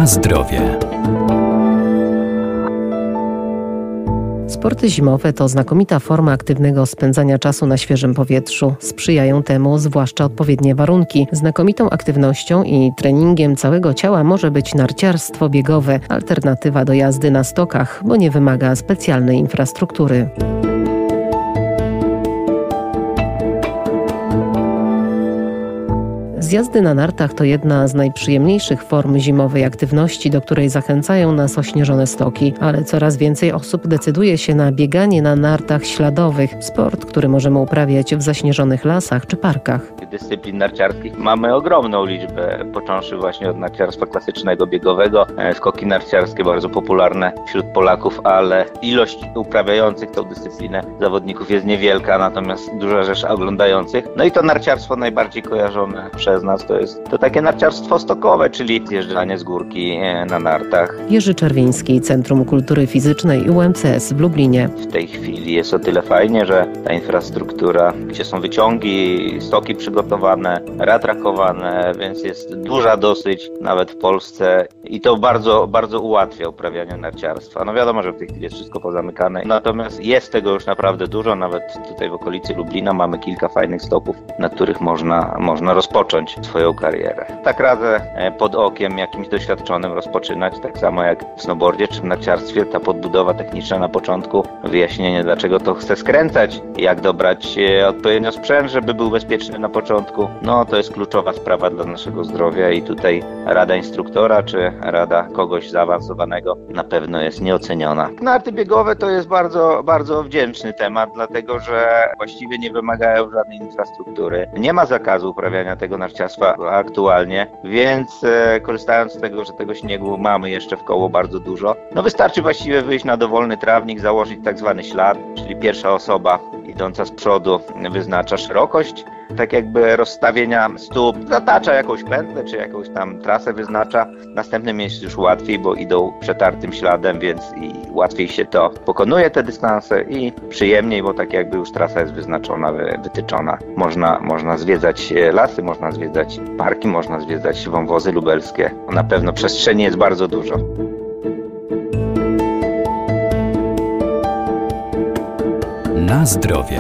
Na zdrowie. Sporty zimowe to znakomita forma aktywnego spędzania czasu na świeżym powietrzu. Sprzyjają temu zwłaszcza odpowiednie warunki. Znakomitą aktywnością i treningiem całego ciała może być narciarstwo biegowe, alternatywa do jazdy na stokach, bo nie wymaga specjalnej infrastruktury. Zjazdy na nartach to jedna z najprzyjemniejszych form zimowej aktywności, do której zachęcają nas ośnieżone stoki, ale coraz więcej osób decyduje się na bieganie na nartach śladowych, sport, który możemy uprawiać w zaśnieżonych lasach czy parkach. Dyscyplin narciarskich mamy ogromną liczbę, począwszy właśnie od narciarstwa klasycznego, biegowego, skoki narciarskie bardzo popularne wśród Polaków, ale ilość uprawiających tę dyscyplinę zawodników jest niewielka, natomiast duża rzecz oglądających. No i to narciarstwo najbardziej kojarzone przez nas to takie narciarstwo stokowe, czyli zjeżdżanie z górki na nartach. Jerzy Czerwiński, Centrum Kultury Fizycznej UMCS w Lublinie. W tej chwili jest o tyle fajnie, że ta infrastruktura, gdzie są wyciągi, stoki przygotowane, ratrakowane, więc jest duża dosyć nawet w Polsce i to bardzo, bardzo ułatwia uprawianie narciarstwa. No wiadomo, że w tej chwili jest wszystko pozamykane, natomiast jest tego już naprawdę dużo, nawet tutaj w okolicy Lublina mamy kilka fajnych stoków, na których można rozpocząć swoją karierę. Tak radzę pod okiem jakimś doświadczonym rozpoczynać, tak samo jak w snowboardzie czy w narciarstwie, ta podbudowa techniczna na początku, wyjaśnienie dlaczego to chcę skręcać, jak dobrać odpowiednio sprzęt, żeby był bezpieczny na początku, no to jest kluczowa sprawa dla naszego zdrowia i tutaj rada instruktora czy rada kogoś zaawansowanego na pewno jest nieoceniona. Narty biegowe to jest bardzo, bardzo wdzięczny temat, dlatego że właściwie nie wymagają żadnej infrastruktury. Nie ma zakazu uprawiania tego narciarstwa aktualnie, więc korzystając z tego, że tego śniegu mamy jeszcze w koło bardzo dużo, no wystarczy właściwie wyjść na dowolny trawnik, założyć tak zwany ślad, czyli pierwsza osoba idąca z przodu wyznacza szerokość, tak jakby rozstawienia stóp, zatacza jakąś pętlę, czy jakąś tam trasę wyznacza. Następnym jest już łatwiej, bo idą przetartym śladem, więc i łatwiej się to pokonuje te dystanse i przyjemniej, bo tak jakby już trasa jest wyznaczona, wytyczona. Można zwiedzać lasy, można zwiedzać parki, można zwiedzać wąwozy lubelskie. Na pewno przestrzeni jest bardzo dużo. Na zdrowie.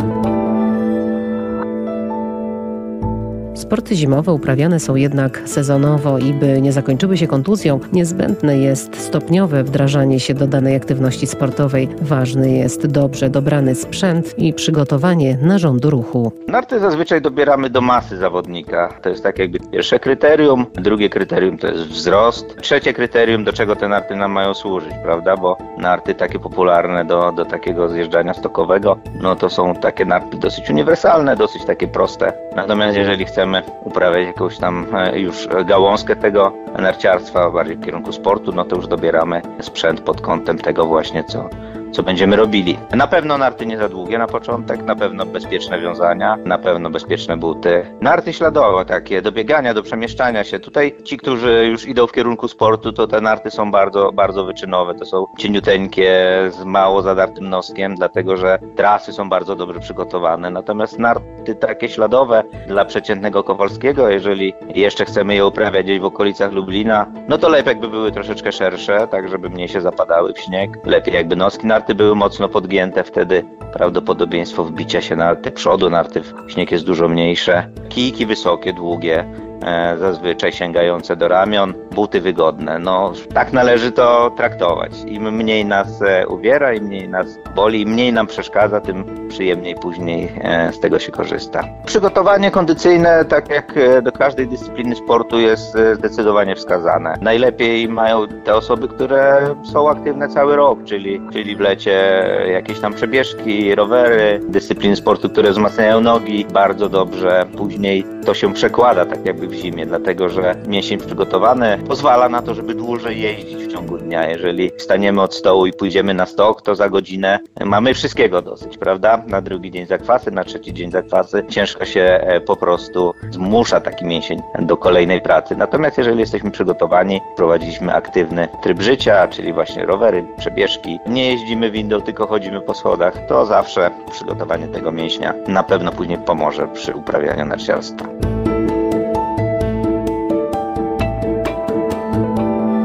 Sporty zimowe uprawiane są jednak sezonowo i by nie zakończyły się kontuzją, niezbędne jest stopniowe wdrażanie się do danej aktywności sportowej. Ważny jest dobrze dobrany sprzęt i przygotowanie narządu ruchu. Narty zazwyczaj dobieramy do masy zawodnika. To jest tak jakby pierwsze kryterium, drugie kryterium to jest wzrost, trzecie kryterium, do czego te narty nam mają służyć, prawda? Bo narty takie popularne do takiego zjeżdżania stokowego, no to są takie narty dosyć uniwersalne, dosyć takie proste. Natomiast jeżeli chcemy uprawiać jakąś tam już gałązkę tego narciarstwa bardziej w kierunku sportu, no to już dobieramy sprzęt pod kątem tego właśnie, co będziemy robili. Na pewno narty nie za długie na początek, na pewno bezpieczne wiązania, na pewno bezpieczne buty. Narty śladowe, takie do biegania, do przemieszczania się. Tutaj ci, którzy już idą w kierunku sportu, to te narty są bardzo, bardzo wyczynowe. To są cieniuteńkie, z mało zadartym noskiem, dlatego że trasy są bardzo dobrze przygotowane. Natomiast narty takie śladowe dla przeciętnego Kowalskiego, jeżeli jeszcze chcemy je uprawiać gdzieś w okolicach Lublina, no to lepiej jakby były troszeczkę szersze, tak żeby mniej się zapadały w śnieg. Lepiej jakby noski narty były mocno podgięte, wtedy prawdopodobieństwo wbicia się na te przodu narty w śnieg jest dużo mniejsze. Kijki wysokie, długie, zazwyczaj sięgające do ramion, buty wygodne. No tak należy to traktować. Im mniej nas uwiera, im mniej nas boli, im mniej nam przeszkadza, tym przyjemniej później z tego się korzysta. Przygotowanie kondycyjne, tak jak do każdej dyscypliny sportu, jest zdecydowanie wskazane. Najlepiej mają te osoby, które są aktywne cały rok, czyli w lecie jakieś tam przebieżki, rowery, dyscypliny sportu, które wzmacniają nogi bardzo dobrze. Później to się przekłada tak jakby w zimie, dlatego że mięsień przygotowany pozwala na to, żeby dłużej jeździć w ciągu dnia. Jeżeli wstaniemy od stołu i pójdziemy na stok, to za godzinę mamy wszystkiego dosyć, prawda? Na drugi dzień zakwasy, na trzeci dzień zakwasy. Ciężko się po prostu zmusza taki mięsień do kolejnej pracy. Natomiast jeżeli jesteśmy przygotowani, prowadziliśmy aktywny tryb życia, czyli właśnie rowery, przebieżki, nie jeździmy windą, tylko chodzimy po schodach, to zawsze przygotowanie tego mięśnia na pewno później pomoże przy uprawianiu narciarstwa.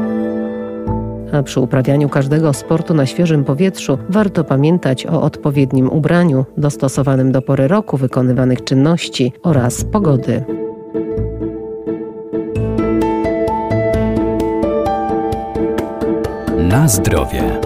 A przy uprawianiu każdego sportu na świeżym powietrzu warto pamiętać o odpowiednim ubraniu, dostosowanym do pory roku, wykonywanych czynności oraz pogody. Na zdrowie.